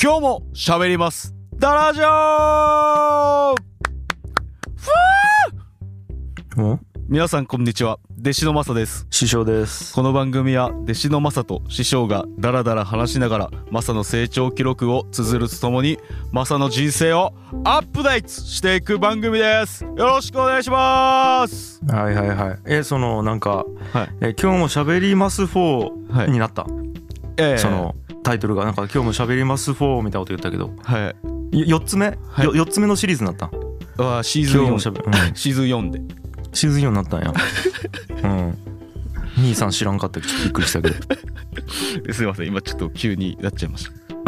今日も喋りますダラジオ皆さんこんにちは。弟子のマサです。 師匠です。 この番組は弟子のマサと師匠がダラダラ話しながらマサの成長記録を綴るとともにマサの人生をアップデートしていく番組です。よろしくお願いします。 はいはいはい。そのなんか、 はい、 今日も喋ります4になった、そのタイトルがなんか今日も喋ります4みたいなこと言ったけど、 はい、 4つ目、はい、4つ目のシリーズになった。 シーズン4、シーズン4でシーズン4になったんや。兄さん知らんかったけどびっくりしたけどすいません、今ちょっと急になっちゃいました。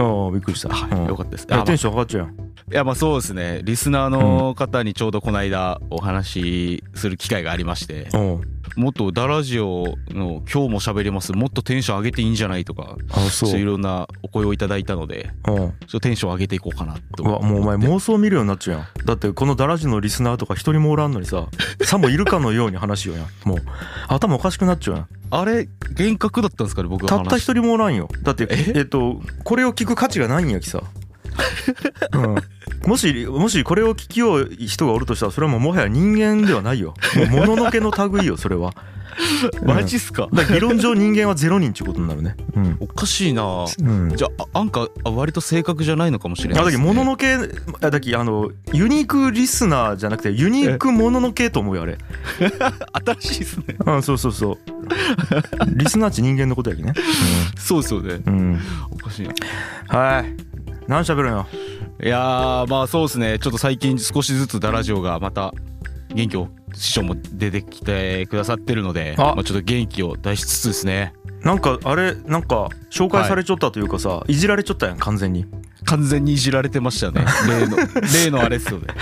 ああびっくりした。 はい、よかったです。 テンション上がっちゃうやん。 いやまあそうですね、リスナーの方にちょうどこの間お話しする機会がありまして、もっとダラジオの今日も喋りますもっとテンション上げていいんじゃないとか、そういろんなお声をいただいたので、ちょっとテンション上げていこうかなと思って。 もうお前妄想見るようになっちゃうやん。だってこのダラジのリスナーとか一人もおらんのにさもいるかのように話しようやん。もう頭おかしくなっちゃうやん。 あれ幻覚だったんですかね、僕が話。 たった一人もおらんよ。だってこれを聞く価値がないんやきさもしこれを聞きよう人がおるとしたらそれはもはや人間ではないよ。もう物のけの類よそれは。 マジっすか。 だから理論上人間は0人っていうことになるね。 おかしいな。じゃあなんか割と正確じゃないのかもしれないですね。 だけ物のけだけユニークリスナーじゃなくてユニーク物のけと思うよあれ。 新しいですね。 そうそうそう。リスナーって人間のことやけね。 そうですよね。おかしいな。 はい。何喋るのよ。 いやまあそうですね、ちょっと最近少しずつダラジオがまた元気を師匠も出てきてくださってるので、ちょっと元気を出しつつですね。 なんかあれなんか紹介されちゃったというかさ、いじられちゃったやん。完全にいじられてましたね。例のあれっすよね。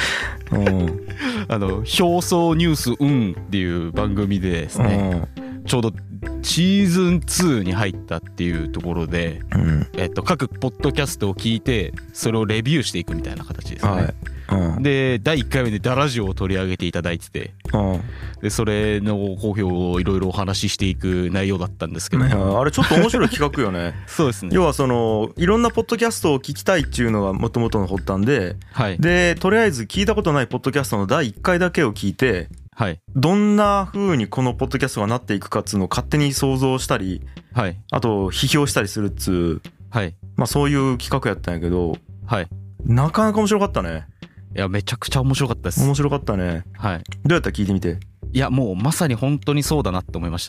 表層ニュースっていう番組でですね、ちょうどシーズン2に入ったっていうところで、各ポッドキャストを聞いてそれをレビューしていくみたいな形ですね。で第1回目でダラジオを取り上げていただいてて、でそれの好評をいろいろお話ししていく内容だったんですけど、 あれちょっと面白い企画よね。 そうですね。 要はそのいろんなポッドキャストを聞きたいっていうのがもともとの発端で、でとりあえず聞いたことないポッドキャストの第1回だけを聞いて、どんな風にこのポッドキャストがなっていくかっつうのを勝手に想像したり、あと批評したりするっつう、まあそういう企画やったんやけど、なかなか面白かったね。 いやめちゃくちゃ面白かったです。 面白かったね。どうやったら聞いてみて。いやもうまさに本当にそうだなって思いました。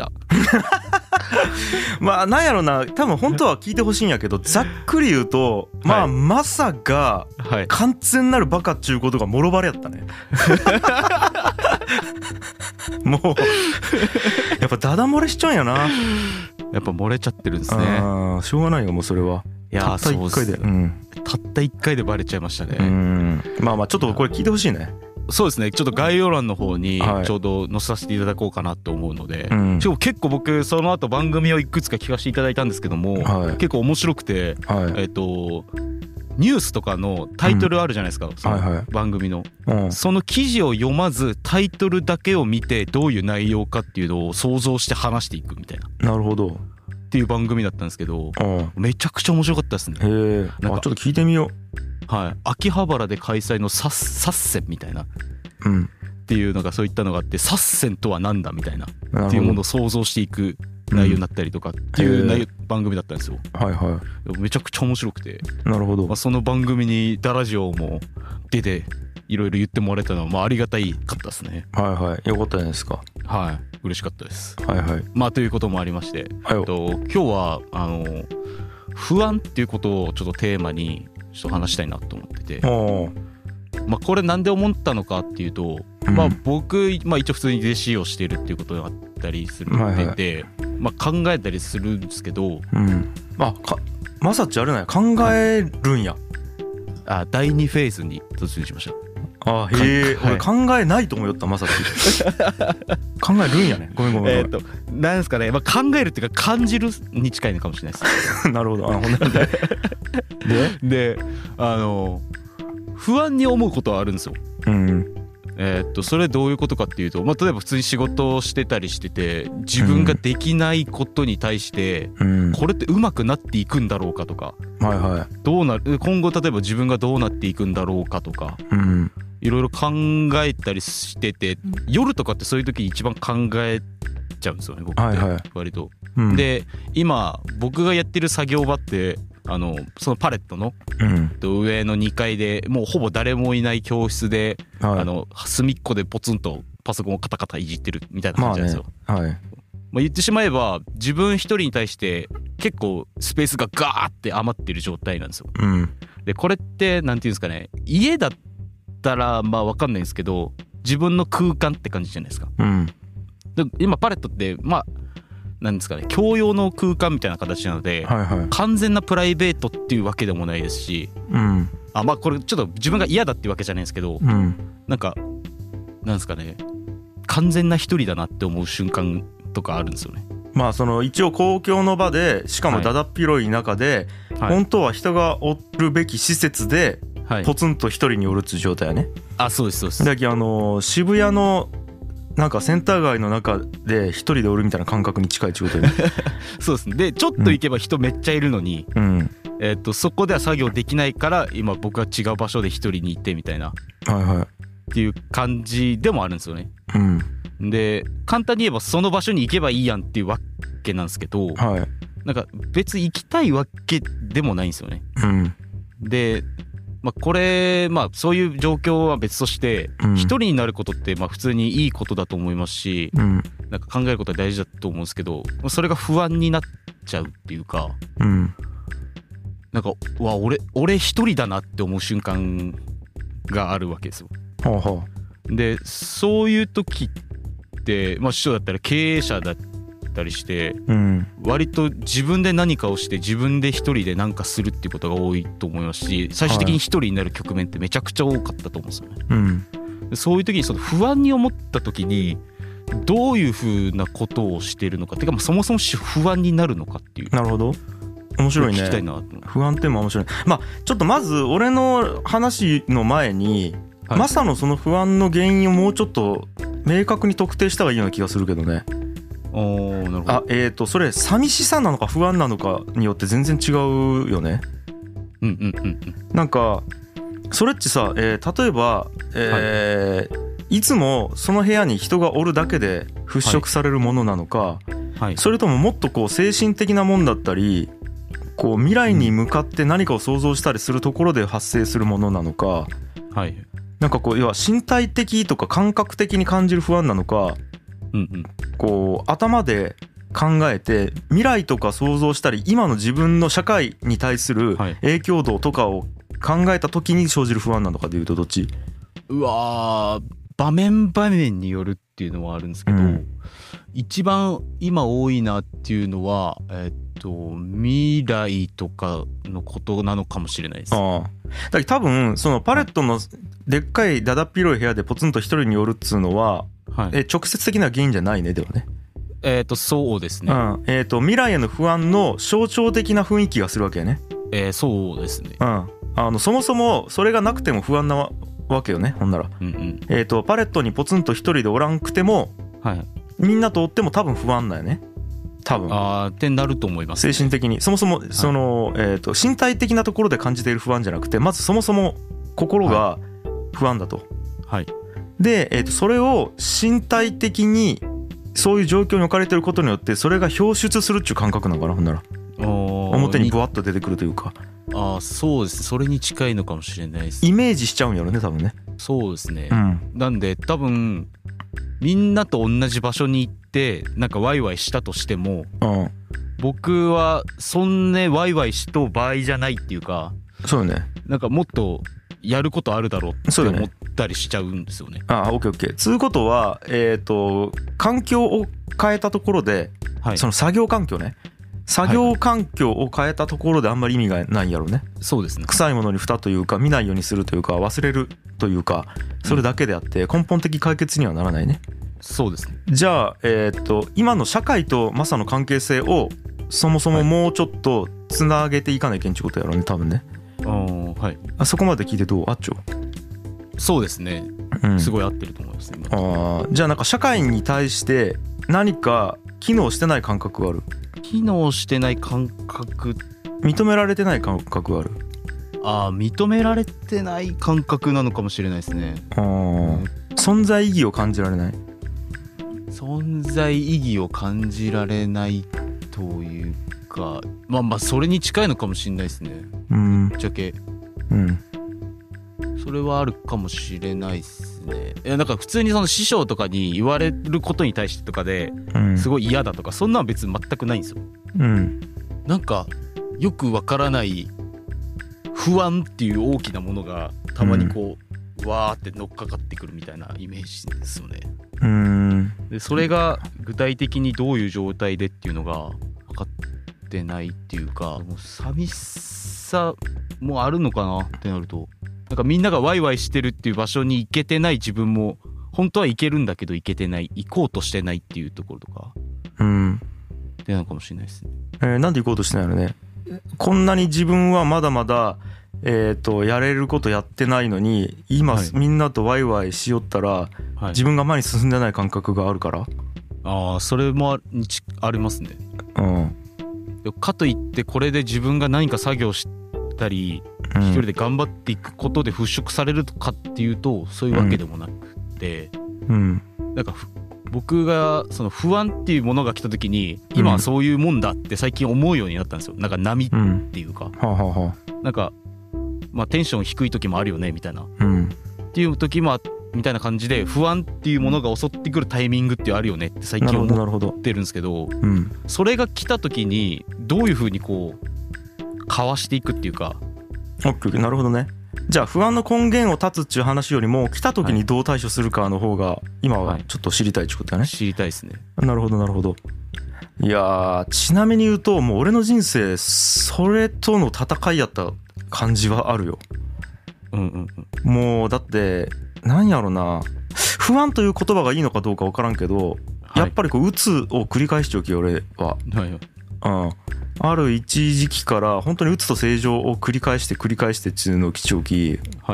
まあなんやろな、多分本当は聞いてほしいんやけど、ざっくり言うとまあマサが完全なるバカっちゅうことがもろバレやったね。もうやっぱダダ漏れしちゃうんやな。 やっぱ漏れちゃってるんですね。 しょうがないよもうそれは。たった1回で、 たった1回でバレちゃいましたね。 まあまあちょっとこれ聞いてほしいね。 そうですね、ちょっと概要欄の方にちょうど載せさせていただこうかなと思うので、結構僕その後番組をいくつか聞かせていただいたんですけども、結構面白くて、ニュースとかのタイトルあるじゃないですか、その番組の、その記事を読まずタイトルだけを見てどういう内容かっていうのを想像して話していくみたいな。 なるほど。 っていう番組だったんですけど、めちゃくちゃ面白かったですね。 ちょっと聞いてみよう。 秋葉原で開催のサッセンみたいな、っていうのがそういったのがあって、サッセンとはなんだみたいなっていうものを想像していく内容になったりとかっていう番組だったんですよ。めちゃくちゃ面白くて。 なるほど。 その番組にダラジオも出ていろいろ言ってもらえたのはまあありがたいかったですね。 よかったじゃないですか。 嬉しかったです。 まあということもありまして、今日は不安っていうことをちょっとテーマにちょっと話したいなと思ってて、まあこれなんで思ったのかっていうと、まあ僕一応普通に弟子をしてるっていうことがあったりするので、まあ考えたりするんですけど、 マサっちあれなんや、考えるんや。 第2フェーズに突入しました。 俺考えないと思いよったマサって考えるんやね。ごめんなんですかね、考えるっていうか感じるに近いのかもしれないです。 なるほど。 で不安に思うことはあるんですよ。 それどういうことかっていうと、まあ、例えば普通に仕事をしてたりしてて自分ができないことに対して、これってうまくなっていくんだろうかとか、どうなる今後例えば自分がどうなっていくんだろうかとか、いろいろ考えたりしてて、夜とかってそういう時に一番考えちゃうんですよね僕って割と。で今僕がやってる作業場ってそのパレットの上の2階でもうほぼ誰もいない教室で、隅っこでポツンとパソコンをカタカタいじってるみたいな感じなんですよ。言ってしまえば自分一人に対して結構スペースがガーって余ってる状態なんですよ。でこれってなんていうんですかね、家だったらまあ分かんないんですけど自分の空間って感じじゃないですか。で今パレットってまあなんですかね、共用の空間みたいな形なので、完全なプライベートっていうわけでもないですし、まあこれちょっと自分が嫌だっていうわけじゃないんですけど、なんかなんですかね、完全な一人だなって思う瞬間とかあるんですよね。 まあその一応公共の場でしかもだだっ広い中で、本当は人がおるべき施設でポツンと一人におるっつう状態やね。 そうですそうです。 だけど渋谷のなんかセンター街の中で一人でおるみたいな感覚に近いってことで、ね、 そうですね。でちょっと行けば人めっちゃいるのに、そこでは作業できないから今僕は違う場所で一人に行ってみたいな、っていう感じでもあるんですよね。で簡単に言えばその場所に行けばいいやんっていうわけなんですけど、なんか別に行きたいわけでもないんですよね。でまあ、これまあそういう状況は別として一人になることってまあ普通にいいことだと思いますし、なんか考えることは大事だと思うんですけど、それが不安になっちゃうっていうか、なんか俺一人だなって思う瞬間があるわけですよ。でそういう時ってまあ師匠だったら経営者だったりして、割と自分で何かをして自分で一人で何かするっていうことが多いと思いますし、最終的に一人になる局面ってめちゃくちゃ多かったと思うんですよね。そういう時にその不安に思った時にどういうふうなことをしているのかっていうか、そもそも不安になるのかっていう。 なるほど、面白いね。 聞きたいな。 不安っても面白い。まあちょっとまず俺の話の前に、マサのその不安の原因をもうちょっと明確に特定した方がいいような気がするけどね。 なるほど。 それ寂しさなのか不安なのかによって全然違うよね。なんかそれってさ、例えば、いつもその部屋に人がおるだけで払拭されるものなのか、それとももっとこう精神的なもんだったり、こう未来に向かって何かを想像したりするところで発生するものなのか、なんかこう要は身体的とか感覚的に感じる不安なのか、こう頭で考えて未来とか想像したり今の自分の社会に対する影響度とかを考えた時に生じる不安なのかでいうとどっち？ 場面場面によるっていうのはあるんですけど、一番今多いなっていうのは未来とかのことなのかもしれないです。 だから多分そのパレットのでっかいだだっ広い部屋でポツンと一人におるっつうのは、直接的な原因じゃないね。ではね、 そうですね。 未来への不安の象徴的な雰囲気がするわけやね。 そうですね。 そもそもそれがなくても不安なわけよね。ほんなら、パレットにポツンと一人でおらんくても、みんなとおっても多分不安なんやね。多分ってなると思います、ね、 精神的にそもそもその、身体的なところで感じている不安じゃなくて、まずそもそも心が不安だと。で、それを身体的にそういう状況に置かれてることによってそれが表出するっちゅう感覚なのかな。ほんなら表にブワッと出てくるというか。 そうです。それに近いのかもしれないです。 イメージしちゃうんやろね多分ね。 そうですね、なんで多分みんなと同じ場所に行ってなんかワイワイしたとしても、僕はそんなワイワイしと場合じゃないっていうか、 そうね、 なんかもっとやることあるだろうって思ったりしちゃうんですよね。 オッケーオッケー。つうことは環境を変えたところで、その作業環境ね、作業環境を変えたところであんまり意味がないんやろうね。 そうですね。 臭いものに蓋というか見ないようにするというか忘れるというか、それだけであって根本的解決にはならないね。 そうですね。 じゃあ、今の社会とマサの関係性をそもそももうちょっとつなげていかないけんちゅうことやろうね多分ね。 はい。 そこまで聞いてどう？あっちょそうですね、すごい合ってると思いますね。 じゃあなんか社会に対して何か機能してない感覚がある？ 機能してない感覚、 認められてない感覚がある？ 認められてない感覚なのかもしれないですね。 存在意義を感じられない？ 存在意義を感じられないというか、それに近いのかもしれないですね。ぶっちゃけ、それはあるかもしれないですね。なんか普通にその師匠とかに言われることに対してとかですごい嫌だとか、そんなの別に全くないんですよ。なんかよくわからない不安っていう大きなものがたまにこう、わーって乗っかかってくるみたいなイメージですよね。でそれが具体的にどういう状態でっていうのが分かってないっていうか、もう寂しさもあるのかなってなると、なんかみんながワイワイしてるっていう場所に行けてない自分も本当は行けるんだけど行けてない、行こうとしてないっていうところとかでなのかもしれないですね。 なんで行こうとしてないのね。こんなに自分はまだまだやれることやってないのに今、みんなとワイワイしよったら、自分が前に進んでない感覚があるから。 それもありますね。かといってこれで自分が何か作業したり一人で頑張っていくことで払拭されるかっていうとそういうわけでもなくて、なんか僕がその不安っていうものが来た時に今はそういうもんだって最近思うようになったんですよ。なんか波っていうか、なんかテンション低い時もあるよねみたいな、っていう時もみたいな感じで不安っていうものが襲ってくるタイミングってあるよねって最近思ってるんですけど、それが来た時にどういうふうにこうかわしていくっていうか。 なるほどね。じゃあ不安の根源を断つっていう話よりも来た時にどう対処するかの方が今はちょっと知りたいってことだね。 知りたいですね。 なるほどなるほど。いやちなみに言うともう俺の人生それとの戦いやった感じはあるよ。もうだってなんやろな、不安という言葉がいいのかどうか分からんけど、やっぱりこう鬱を繰り返しちゃうき俺は。ある一時期から本当に鬱と正常を繰り返してっていうのをきちょうき、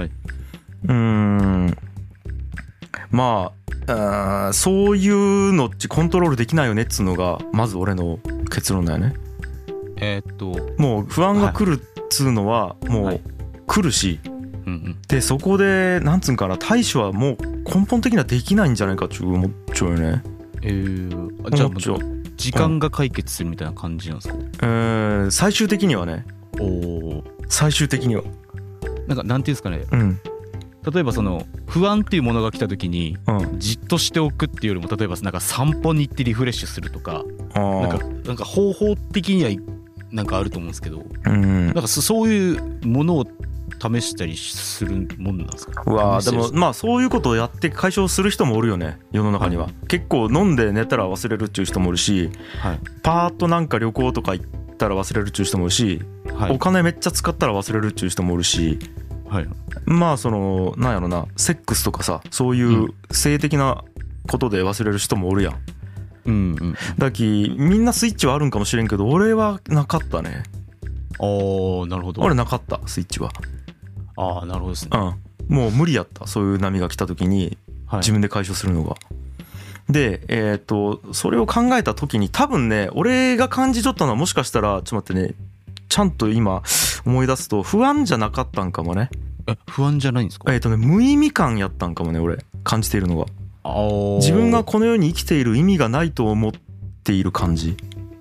そういうのってコントロールできないよねっつうのがまず俺の結論だよね。もう不安が来るっつうのはもう来るし、でそこでなんつうんかな、対処はもう根本的にはできないんじゃないかって思っちゃうよね。 じゃあ時間が解決するみたいな感じなんですか？ 最終的にはね。最終的にはなんかなんていうんですかね、例えばその不安っていうものが来た時にじっとしておくっていうよりも、例えばなんか散歩に行ってリフレッシュするとか、なんか方法的にはなんかあると思うんですけど、なんかそういうものを試したりするもんなんですか？ でもそういうことをやって解消する人もおるよね世の中には。結構飲んで寝たら忘れるっていう人もおるし、パーッとなんか旅行とか行ったら忘れるっていう人もいるし、お金めっちゃ使ったら忘れるっていう人もおるし、そのなんやろな、セックスとかさ、そういう性的なことで忘れる人もおるやん。だきみんなスイッチはあるんかもしれんけど俺はなかったね。 なるほど。 俺なかったスイッチは。 なるほどですね。 もう無理やった、そういう波が来た時に自分で解消するのが。でそれを考えた時に多分ね、俺が感じ取ったのはもしかしたらちょっと待ってね、ちゃんと今思い出すと不安じゃなかったんかもね。 不安じゃないんですか？ 無意味感やったんかもね、俺感じているのが。自分がこの世に生きている意味がないと思っている感じ。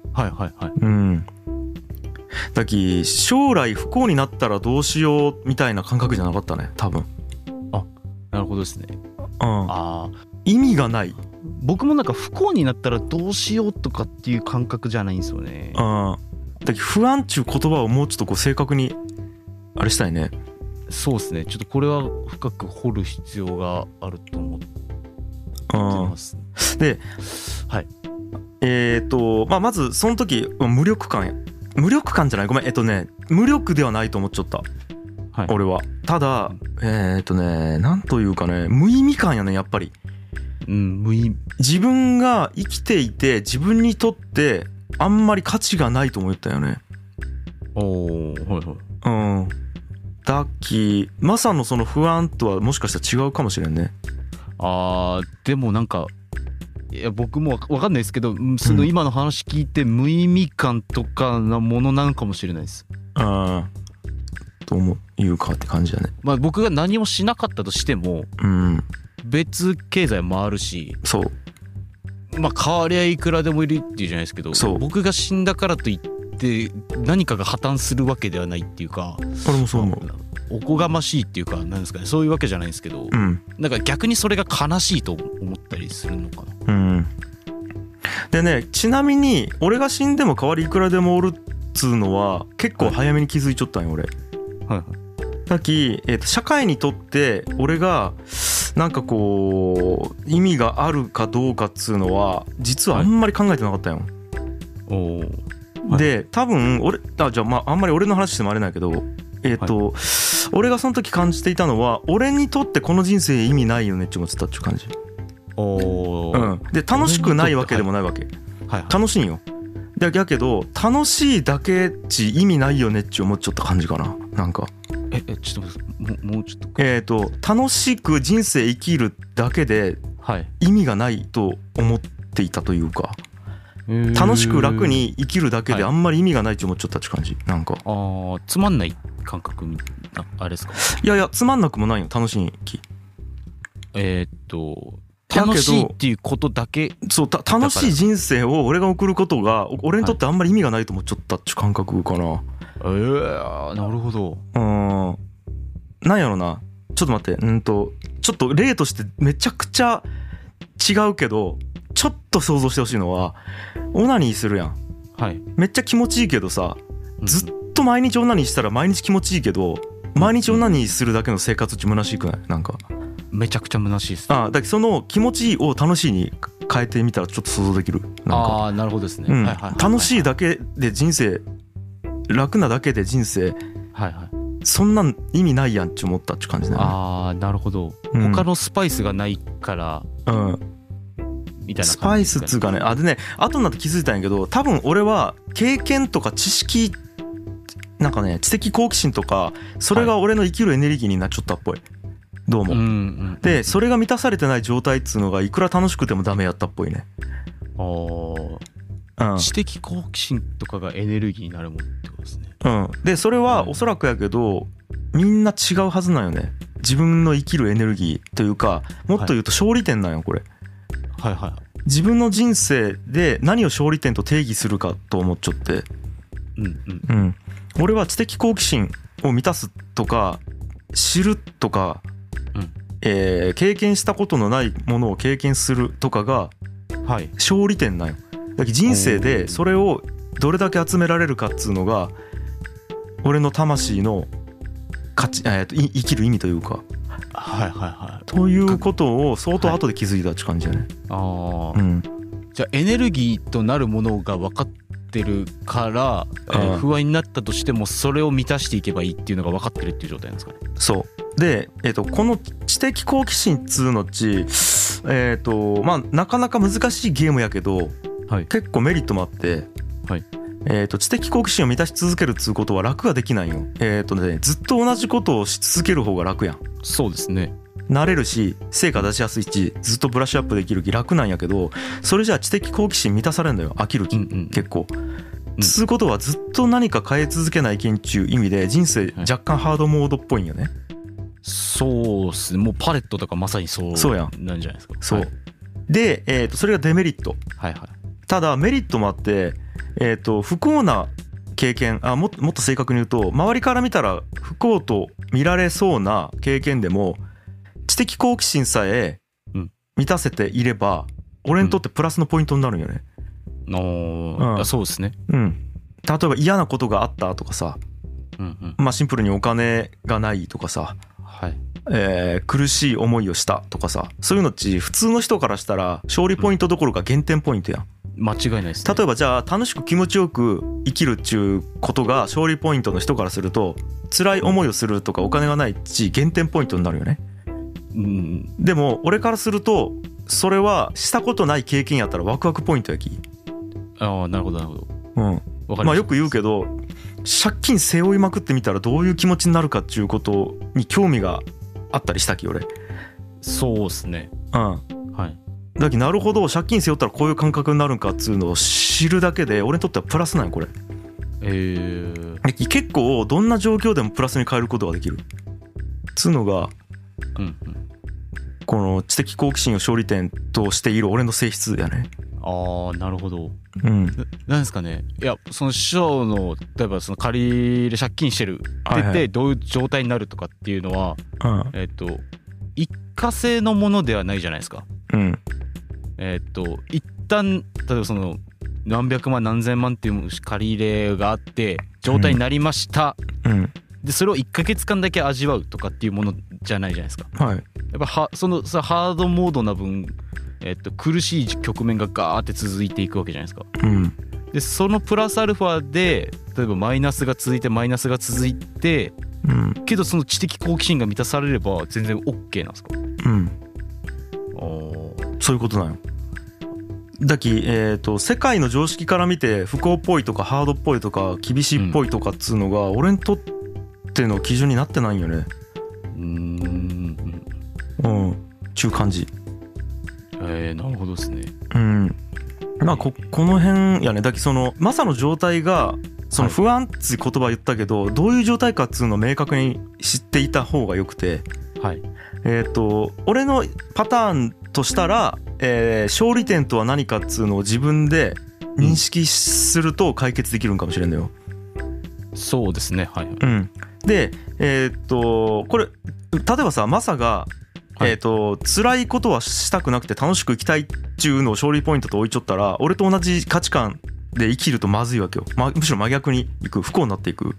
だき将来不幸になったらどうしようみたいな感覚じゃなかったね多分。 なるほどですね。 意味がない。 僕もなんか不幸になったらどうしようとかっていう感覚じゃないんですよね。 だき不安っちゅう言葉をもうちょっとこう正確にあれしたいね。 そうですね、ちょっとこれは深く掘る必要があると思ってます。 でまずその時無力感じゃない、ごめん、無力ではないと思っちゃった、俺は。ただなんというかね、無意味感やねやっぱり。自分が生きていて自分にとってあんまり価値がないと思ったよね。 だきマサのその不安とはもしかしたら違うかもしれんね。 でもなんかいや僕も分かんないですけど、その今の話聞いて無意味感とかなものなのかもしれないです。 というかって感じだね。 まあ僕が何もしなかったとしても、別経済回るし、 そうまあ変わりゃいくらでもいるっていうじゃないですけど、僕が死んだからといって何かが破綻するわけではないっていうか、 俺もそう思う。 おこがましいっていうかなんですかね、そういうわけじゃないんですけど、なんか逆にそれが悲しいと思ったりするのかな。 でね、ちなみに俺が死んでも代わりいくらでもおるっつうのは結構早めに気づいちゃったんよ俺。さっき、社会にとって俺がなんかこう意味があるかどうかっつうのは実はあんまり考えてなかったよ。で多分俺じゃあまああんまり俺の話してもあれないけど、俺がその時感じていたのは俺にとってこの人生意味ないよねって思ってたっていう感じ。で楽しくないわけでもないわけ、楽しいんよ。だけど楽しいだけっち意味ないよねって思っちゃった感じかな。なんかちょっともうちょっと楽しく人生生きるだけで意味がないと思っていたというか、楽しく楽に生きるだけであんまり意味がないって思っちゃったって感じ。なんかつまんない感覚あれですか。 いやつまんなくもないよ、楽しいき。 楽しいっていうことだけ。 そう楽しい人生を俺が送ることが俺にとってあんまり意味がないと思っちゃったっていう感覚かな。 なるほど。 なんやろな、ちょっと待って、ちょっと例としてめちゃくちゃ違うけどちょっと想像してほしいのは、オナニーするやん、めっちゃ気持ちいいけどさ、ずっと毎日オナニーしたら毎日気持ちいいけど、毎日オナニーするだけの生活って虚しくない？なんかめちゃくちゃ虚しいです。 だけどその気持ちいいを楽しいに変えてみたらちょっと想像できる。 なるほどですね。 楽しいだけで人生、楽なだけで人生、そんなん意味ないやんって思ったって感じだね。 なるほど。他のスパイスがないから、みたいな感じですかね。 スパイスっつうかね。でね、後になって気づいたんやけど、多分俺は経験とか知識、なんかね、知的好奇心とかそれが俺の生きるエネルギーになっちゃったっぽい、どうも。でそれが満たされてない状態っつうのがいくら楽しくてもダメやったっぽいね。 知的好奇心とかがエネルギーになるもんってことですね。 でそれはおそらくやけどみんな違うはずなんよね。自分の生きるエネルギーというか、もっと言うと勝利点なんよこれ。自分の人生で何を勝利点と定義するかと思っちゃって、俺は知的好奇心を満たすとか知るとか、経験したことのないものを経験するとかが勝利点なんよ。だから人生でそれをどれだけ集められるかっつうのが俺の魂の生きる意味というか、ということを相当後で気づいたって感じだね。 じゃあエネルギーとなるものが分かってるから、不安になったとしてもそれを満たしていけばいいっていうのが分かってるっていう状態なんですかね。 そうで、この知的好奇心っつうのっち、なかなか難しいゲームやけど、結構メリットもあって、知的好奇心を満たし続けるっつうことは楽ができないよ。ずっと同じことをし続ける方が楽やん。 そうですね。 慣れるし成果出しやすいしずっとブラッシュアップできる気楽なんやけど、それじゃあ知的好奇心満たされんのよ、飽きる気、結構。つうことはずっと何か変え続けないけんちゅう意味で人生若干ハードモードっぽいんよね。 そうっすね。もうパレットとかまさにそうなんじゃないですか。 そうで、それがデメリット。ただメリットもあって、不幸な経験、もっと正確に言うと周りから見たら不幸と見られそうな経験でも知的好奇心さえ満たせていれば俺にとってプラスのポイントになるんよね。 そうですね。 例えば嫌なことがあったとかさ、シンプルにお金がないとかさ、苦しい思いをしたとかさ、そういうのっち普通の人からしたら勝利ポイントどころか減点ポイントやん。 間違いないですね。 例えばじゃあ楽しく気持ちよく生きるっちゅうことが勝利ポイントの人からすると、辛い思いをするとかお金がないっち減点ポイントになるよね。でも俺からするとそれはしたことない経験やったらワクワクポイントやき。 なるほどなるほど。 よく言うけど借金背負いまくってみたらどういう気持ちになるかっていうことに興味があったりしたき俺。 そうですね。 はい。だけどなるほど借金背負ったらこういう感覚になるんかっつうのを知るだけで俺にとってはプラスなんよこれ。結構どんな状況でもプラスに変えることができるつうのが、この知的好奇心を勝利点としている俺の性質やね。 ああ、なるほど。なんですかね。いや、その師匠の例えばその借りる借金してるって言ってどういう状態になるとかっていうのは、一過性のものではないじゃないですか。一旦例えばその何百万何千万っていう借り入れがあって状態になりました。でそれを1ヶ月間だけ味わうとかっていうものじゃないじゃないですか。やっぱそのさハードモードな分、苦しい局面がガーって続いていくわけじゃないですか。でそのプラスアルファで例えばマイナスが続いてマイナスが続いて、けどその知的好奇心が満たされれば全然 OK なんですか。 そういうことなの。だき、世界の常識から見て不幸っぽいとかハードっぽいとか厳しいっぽいとかっつうのが俺にとっての基準になってないんよね。ちゅう感じ。 なるほどですね。 まあこの辺やね。だきそのマサの状態がその不安っつう言葉言ったけど、どういう状態かっつうのを明確に知っていた方がよくて、俺のパターンとしたら、勝利点とは何かっつうのを自分で認識すると解決できるんかもしれんのよ。 そうですね。 でこれ例えばさマサが辛いことはしたくなくて楽しく生きたいっていうのを勝利ポイントと置いちゃったら俺と同じ価値観で生きるとまずいわけよ。むしろ真逆にいく不幸になっていく。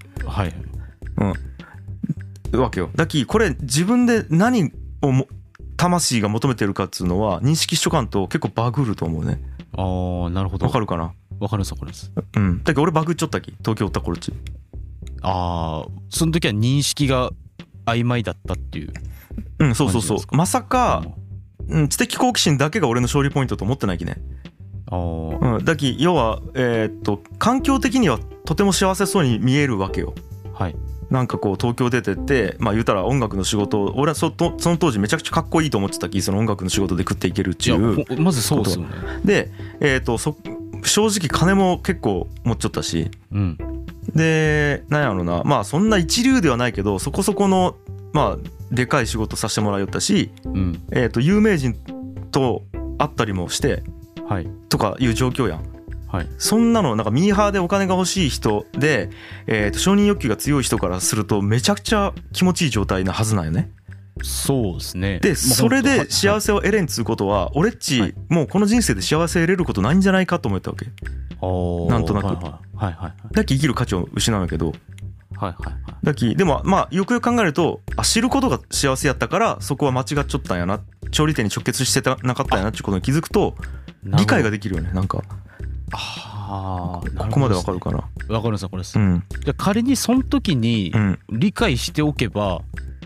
わけよ。だきこれ自分で何を魂が求めてるかっつうのは認識しとかんと結構バグると思うね。 なるほど。 わかるかな。 わかるわかるです。 だけど俺バグっちゃったき東京おった頃っち。 その時は認識が曖昧だったっていう。 そうまさか、知的好奇心だけが俺の勝利ポイントと思ってないきね。だき要は環境的にはとても幸せそうに見えるわけよ。なんかこう東京出てって言うたら音楽の仕事を俺はその当時めちゃくちゃかっこいいと思ってたき、その音楽の仕事で食っていけるっていう。 まずそうですよね。 で正直金も結構持っちゃったし、でなんやろな、そんな一流ではないけどそこそこのでかい仕事させてもらいよったし、有名人と会ったりもして、とかいう状況やん。そんなのなんかミーハーでお金が欲しい人で、承認欲求が強い人からするとめちゃくちゃ気持ちいい状態なはずなんよね。 そうですね。 でそれで幸せを得れんつうことは俺っちもうこの人生で幸せを得れることないんじゃないかと思ったわけ。なんとなく。だき生きる価値を失うんやけど。だきでもよくよく考えると知ることが幸せやったからそこは間違っちゃったんやな、勝利点に直結してなかったんやなっていうことに気づくと理解ができるよね。なんかここまでわかるかな。 わかるんですよこれ。じゃ仮にその時に理解しておけば、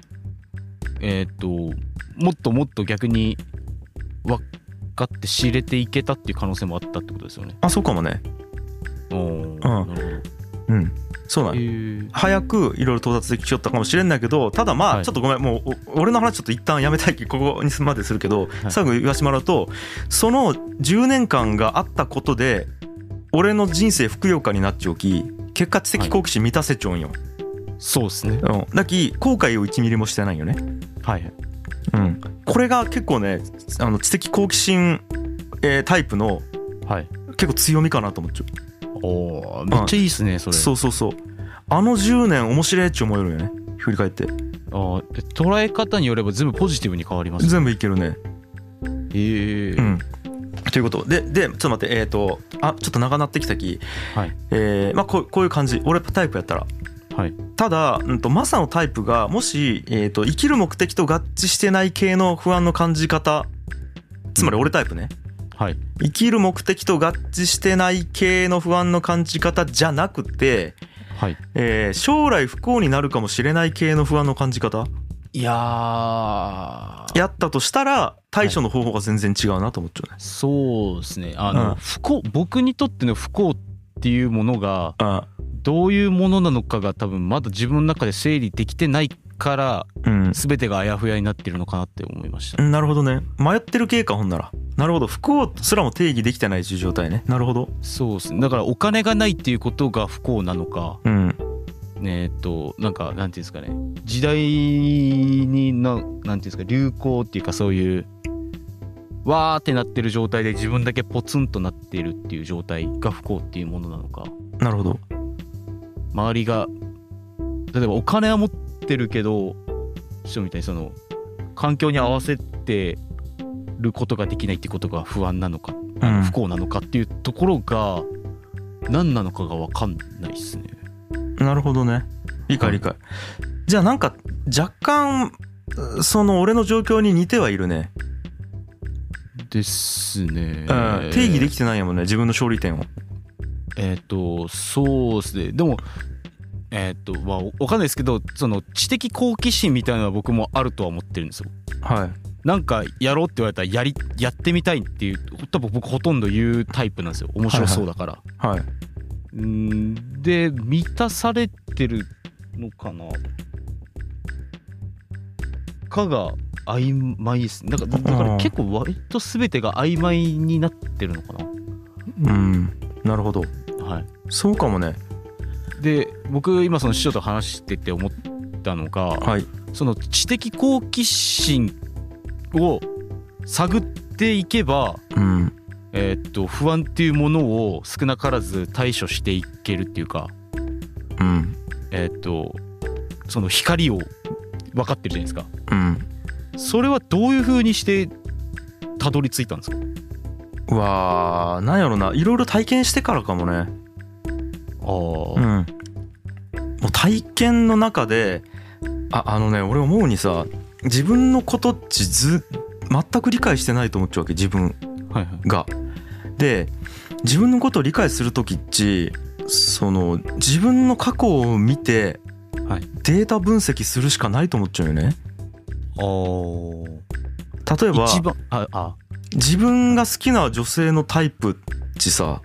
もっともっと逆に分かって知れていけたっていう可能性もあったってことですよね。 そうかもね。なるほど。そうなん早くいろいろ到達できちゃったかもしれんだけど、ただちょっとごめん、もう俺の話ちょっと一旦やめたいけどここにまでするけど、最後言わしてもらうと、その10年間があったことで俺の人生ふくよかになっちゃうき、結果知的好奇心満たせちゃうんよ。 そうですね。 だき後悔を1ミリもしてないよね。これが結構ね知的好奇心、タイプの結構強みかなと思っちゃう。 めっちゃいいっすねそれ。 そう10年面白いって思えるよね振り返って。 捉え方によれば全部ポジティブに変わります。 全部いけるね。ということでちょっと待って、ちょっと長なってきたき、こういう感じ俺タイプやったら。ただマサのタイプがもし、生きる目的と合致してない系の不安の感じ方、つまり俺タイプね。生きる目的と合致してない系の不安の感じ方じゃなくて、将来不幸になるかもしれない系の不安の感じ方やったとしたら対処の方法が全然違うなと思っちゃうね。 そうですね。不幸、僕にとっての不幸っていうものがどういうものなのかが多分まだ自分の中で整理できてないから、全てがあやふやになってるのかなって思いました。 なるほどね。迷ってる系か、ほんなら。なるほど。不幸すらも定義できてないという状態ね。なるほど。 そうですね。だからお金がないっていうことが不幸なのか、なんかなんていうんですかね、時代になんていうんですか、流行っていうか、そういうわーってなってる状態で自分だけポツンとなっているっていう状態が不幸っていうものなのか。 なるほど。 周りが例えばお金は持ってるけど、人みたいにその環境に合わせてることができないってことが不安なのか、不幸なのかっていうところが何なのかが分かんないですね。 なるほどね。理解理解。じゃあなんか若干その俺の状況に似てはいるね。 ですね。 定義できてないやもんね、自分の勝利点を。 そうですね。でもまあ分かんないですけど、その知的好奇心みたいなのは僕もあるとは思ってるんですよ。 はい。 なんかやろうって言われたらやってみたいっていう、多分僕ほとんど言うタイプなんですよ。面白そうだから。 はい。 で満たされてるのかなかが曖昧ですね。だから結構割と全てが曖昧になってるのかな。 なるほど。 はい。 そうかもね。 で僕今その師匠と話してて思ったのが、はい、その知的好奇心を探っていけば、不安っていうものを少なからず対処していけるっていうか、その光を分かってるじゃないですか。それはどういう風にしてたどり着いたんですか？ うわー、なんやろな、いろいろ体験してからかもね。もう体験の中で俺思うにさ、自分のことって全く理解してないと思っちゃうわけ、自分が。で自分のことを理解する時っち、その自分の過去を見てデータ分析するしかないと思っちゃうよね。例えば自分が好きな女性のタイプっちさ、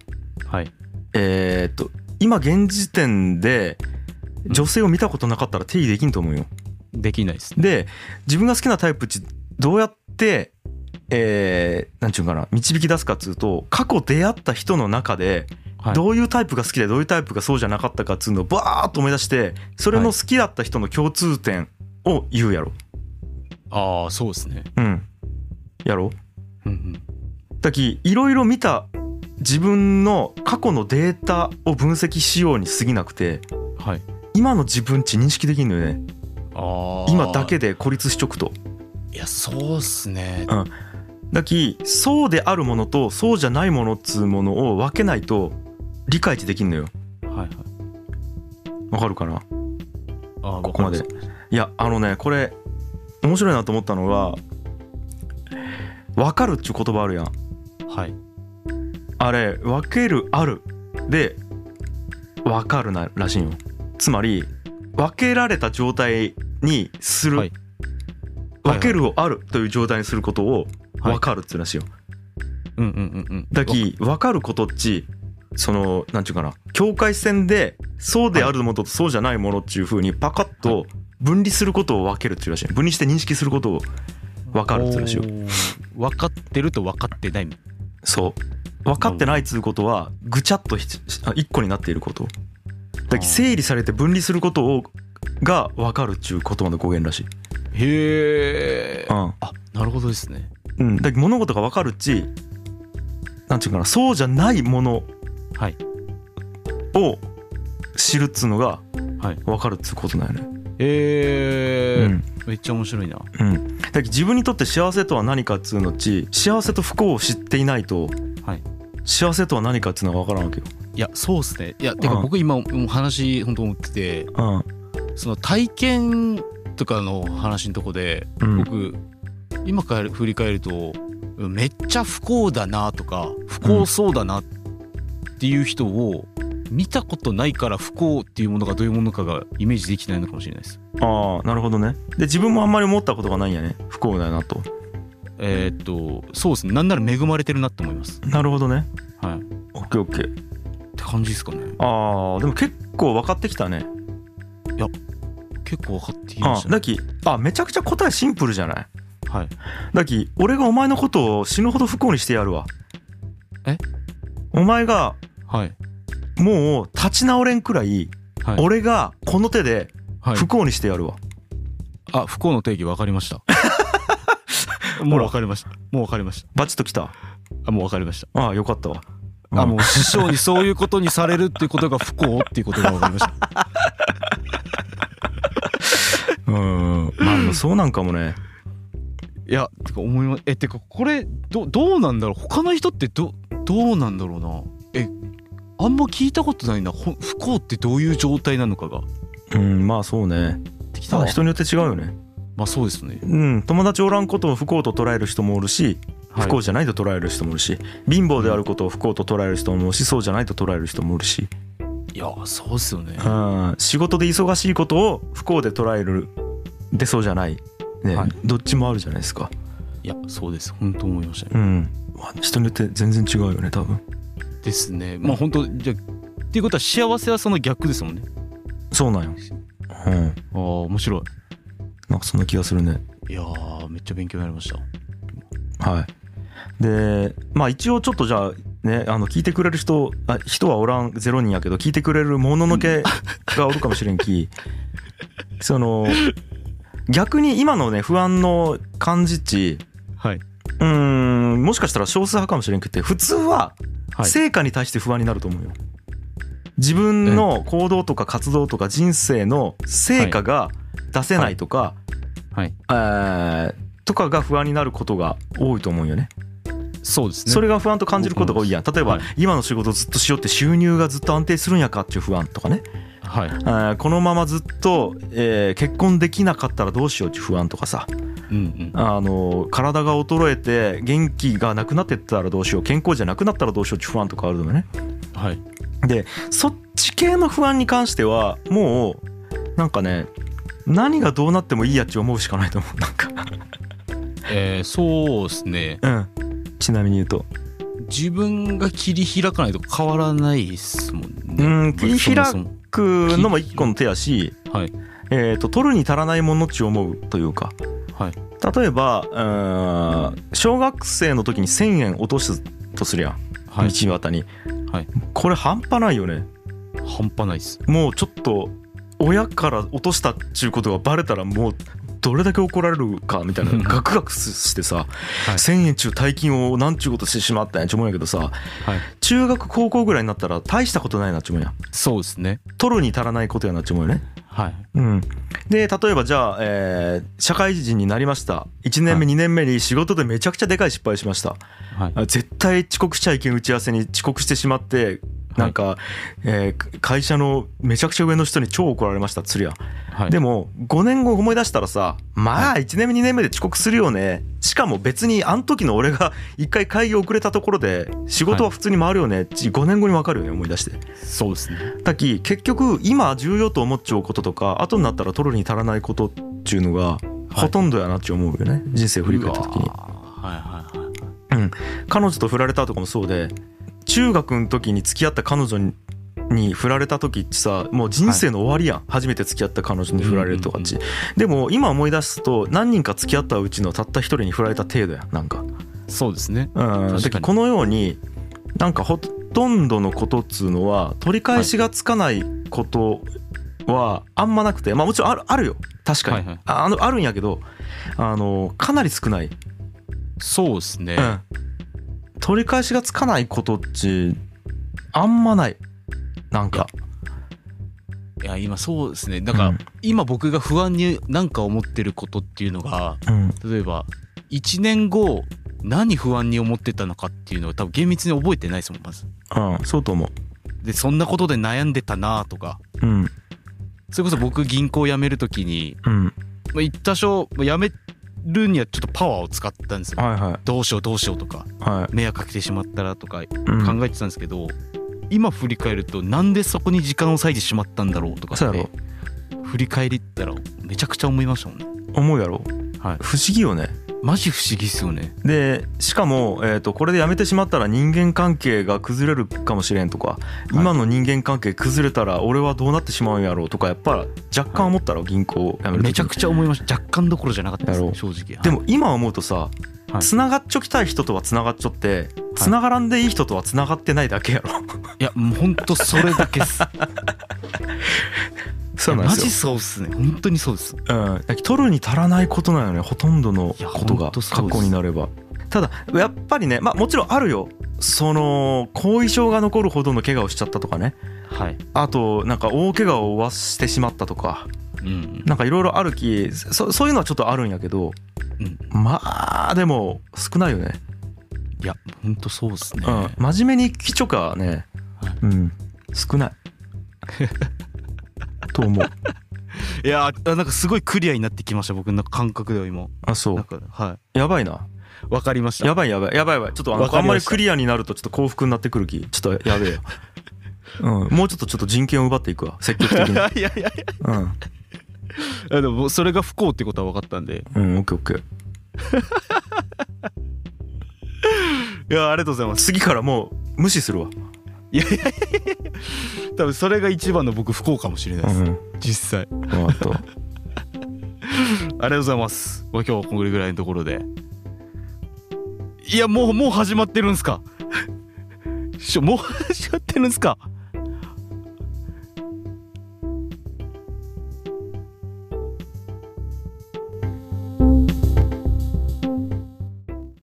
今現時点で女性を見たことなかったら定義できんと思うよ。 できないです。 で自分が好きなタイプっちどうやってなんちゅうかな、導き出すかっつうと、過去出会った人の中でどういうタイプが好きでどういうタイプがそうじゃなかったかっつうのをバーッと思い出して、それの好きだった人の共通点を言うやろ。 そうですね。 やろ。だきいろいろ見た自分の過去のデータを分析しように過ぎなくて、今の自分ち認識できんのよね。今だけで孤立しちょくと。 いや、そうっすね。 だきそうであるものとそうじゃないものっつうものを分けないと理解値できんのよ。わかるかな？ここまで。いやこれ面白いなと思ったのが、分かるっちゅう言葉あるやん。あれ分けるあるで分かるならしいよ。つまり分けられた状態にする、分けるをあるという状態にすることを分かるっつうらしいよ。だき分かることっち、そのなんちゅうかな、境界線でそうであるものとそうじゃないものっちゅう風にパカッと分離することを分けるっちゅうらしい。分離して認識することを分かるっつうらしいよ。 分かってると分かってない。 そう分かってないっつうことはぐちゃっと一個になっていること。だき整理されて分離することをが分かるっちゅう言葉の語源らしい。 へえ。なるほどですね。 だき物事が分かるっち、なんちゅうかな、そうじゃないものを知るっつうのが分かるっつうことなんよね。 めっちゃ面白いな。 だき自分にとって幸せとは何かっつうのっち、幸せと不幸を知っていないと、幸せとは何かっつうのは分からんわけよ。 いや、そうっすね。いや、てか僕今話本当思ってて、その体験とかの話のとこで、僕今から振り返るとめっちゃ不幸だなとか不幸そうだなっていう人を見たことないから、不幸っていうものがどういうものかがイメージできないのかもしれないです。 なるほどね。で自分もあんまり思ったことがないんやね、不幸だなと。 そうですね。なんなら恵まれてるなって思います。 なるほどね。オッケーオッケーって感じですかね。 でも結構分かってきたね。 いや結構分かってきましたね。 だきめちゃくちゃ答えシンプルじゃない。 はい。 だき俺がお前のことを死ぬほど不幸にしてやるわ。お前がもう立ち直れんくらい、俺がこの手で不幸にしてやるわ。 不幸の定義分かりました。もう分かりました。 バチッときた。 もう分かりました。 よかったわ。 もう師匠にそういうことにされるっていうことが不幸っていうことが分かりました。 そうなんかもね。 いやてか思います。てかこれどうなんだろう。他の人ってどうなんだろうな。あんま聞いたことないな。不幸ってどういう状態なのかが。 まあそうね。人によって違うよね。 まあそうですね。 友達おらんことを不幸と捉える人もおるし、不幸じゃないと捉える人もおるし、貧乏であることを不幸と捉える人もおるし、そうじゃないと捉える人もおるし。 いやそうですよね。 仕事で忙しいことを不幸で捉えるでそうじゃないね、どっちもあるじゃないですか。 いやそうです。本当思いましたね。 人によって全然違うよね多分。 ですね。まあ本当じゃっていうことは幸せはその逆ですもんね。 そうなんよ。 面白い。 なんかそんな気がするね。 いやめっちゃ勉強になりました。 はい。で一応ちょっとじゃあね聞いてくれる人はおらん0人やけど聞いてくれるもののけがおるかもしれんき逆に今のね不安の感じ値、もしかしたら少数派かもしれんくて、普通は成果に対して不安になると思うよ。自分の行動とか活動とか人生の成果が出せないとか、とかが不安になることが多いと思うよね。 そうですね。 それが不安と感じることが多いやん。例えば今の仕事ずっとしようって収入がずっと安定するんやかっていう不安とかね。このままずっと、結婚できなかったらどうしようっていう不安とかさ、体が衰えて元気がなくなってったらどうしよう、健康じゃなくなったらどうしようっていう不安とかあるのよね。でそっち系の不安に関してはもうなんかね、何がどうなってもいいやって思うしかないと思う。なんかそうですね。 ちなみに言うと自分が切り開かないと変わらないですもんね。 切り開くのも一個の手やし、取るに足らないものっち思うというか、例えば小学生の時に1000円落とすとすりゃ、道端に、これ半端ないよね。 半端ないです。 もうちょっと親から落としたっちゅうことがバレたらもうどれだけ怒られるかみたいなガクガクしてさ、1000円中大金をなんちゅうことしてしまったんやち思うんやけどさ、中学高校ぐらいになったら大したことないなっち思うんや。 そうですね。 取るに足らないことやなっち思うよね。で例えばじゃあ、社会人になりました。1年目2年目に仕事でめちゃくちゃでかい失敗しました。絶対遅刻しちゃいけん打ち合わせに遅刻してしまってなんか、会社のめちゃくちゃ上の人に超怒られましたつりゃ、でも5年後思い出したらさ、まあ1年目2年目で遅刻するよね。しかも別にあの時の俺が1回会議遅れたところで仕事は普通に回るよねって5年後に分かるよね、思い出して。 そうですね。 だき結局今重要と思っちゃうこととか後になったら取るに足らないことっていうのがほとんどやなって思うよね、人生を振り返った時に。彼女と振られたとかもそうで、中学の時に付き合った彼女に振られた時ってさ、もう人生の終わりやん、初めて付き合った彼女に振られるとかって。でも今思い出すと何人か付き合ったうちのたった一人に振られた程度やん。なんかそうですね。 このようになんかほとんどのことっつうのは取り返しがつかないことはあんまなくて、もちろんあるよ確かに、あるんやけどかなり少ない。 そうですね。 取り返しがつかないことってあんまない。なんかいや今そうですね。だから今僕が不安になんか思ってることっていうのが、例えば1年後何不安に思ってたのかっていうのを多分厳密に覚えてないですもんまず。 そうと思う。 でそんなことで悩んでたなとか、それこそ僕銀行辞める時に、多少辞めるにはちょっとパワーを使ったんですよ。どうしようとか、迷惑かけてしまったらとか考えてたんですけど、今振り返るとなんでそこに時間を割いてしまったんだろうとかって振り返りったらめちゃくちゃ思いましたもんね。 思うやろ。不思議よね。 マジ不思議っすよね。 でしかも、これでやめてしまったら人間関係が崩れるかもしれんとか、今の人間関係崩れたら俺はどうなってしまうんやろうとか、やっぱ若干思ったら銀行を辞める時めちゃくちゃ思いました。若干どころじゃなかったですね、正直。 でも今思うとさ、つながっちょきたい人とはつながっちょって、つながらんでいい人とはつながってないだけやろ。 いやもうほんとそれだけっす。 そうなんですよ。 マジそうっすね、本当にそうです。 取るに足らないことなんよね、ほとんどのことが過去になれば。ただやっぱりね、まあもちろんあるよ、その後遺症が残るほどの怪我をしちゃったとかね、はい、あとなんか大怪我を負わしてしまったとか、なんかいろいろあるき、そういうのはちょっとあるんやけど、まあでも少ないよね。 いやほんとそうっすね。 真面目にきちょかね、少ないと思う。 いやなんかすごいクリアになってきました、僕の感覚では今。 あ、そう。 なんか、はい。 やばいな。 わかりました。 やばい。ちょっとあんまりクリアになるとちょっと幸福になってくるき、ちょっとやべえよ。もうちょっと人権を奪っていくわ、積極的に。いや。でもそれが不幸ってことは分かったんで。オッケー。 いやありがとうございます。 次からもう無視するわ。 いや多分それが一番の僕不幸かもしれないです、実際。ありがとうございます。今日はこれぐらいのところで。いやもう始まってるんすか。もう始まってるんすか。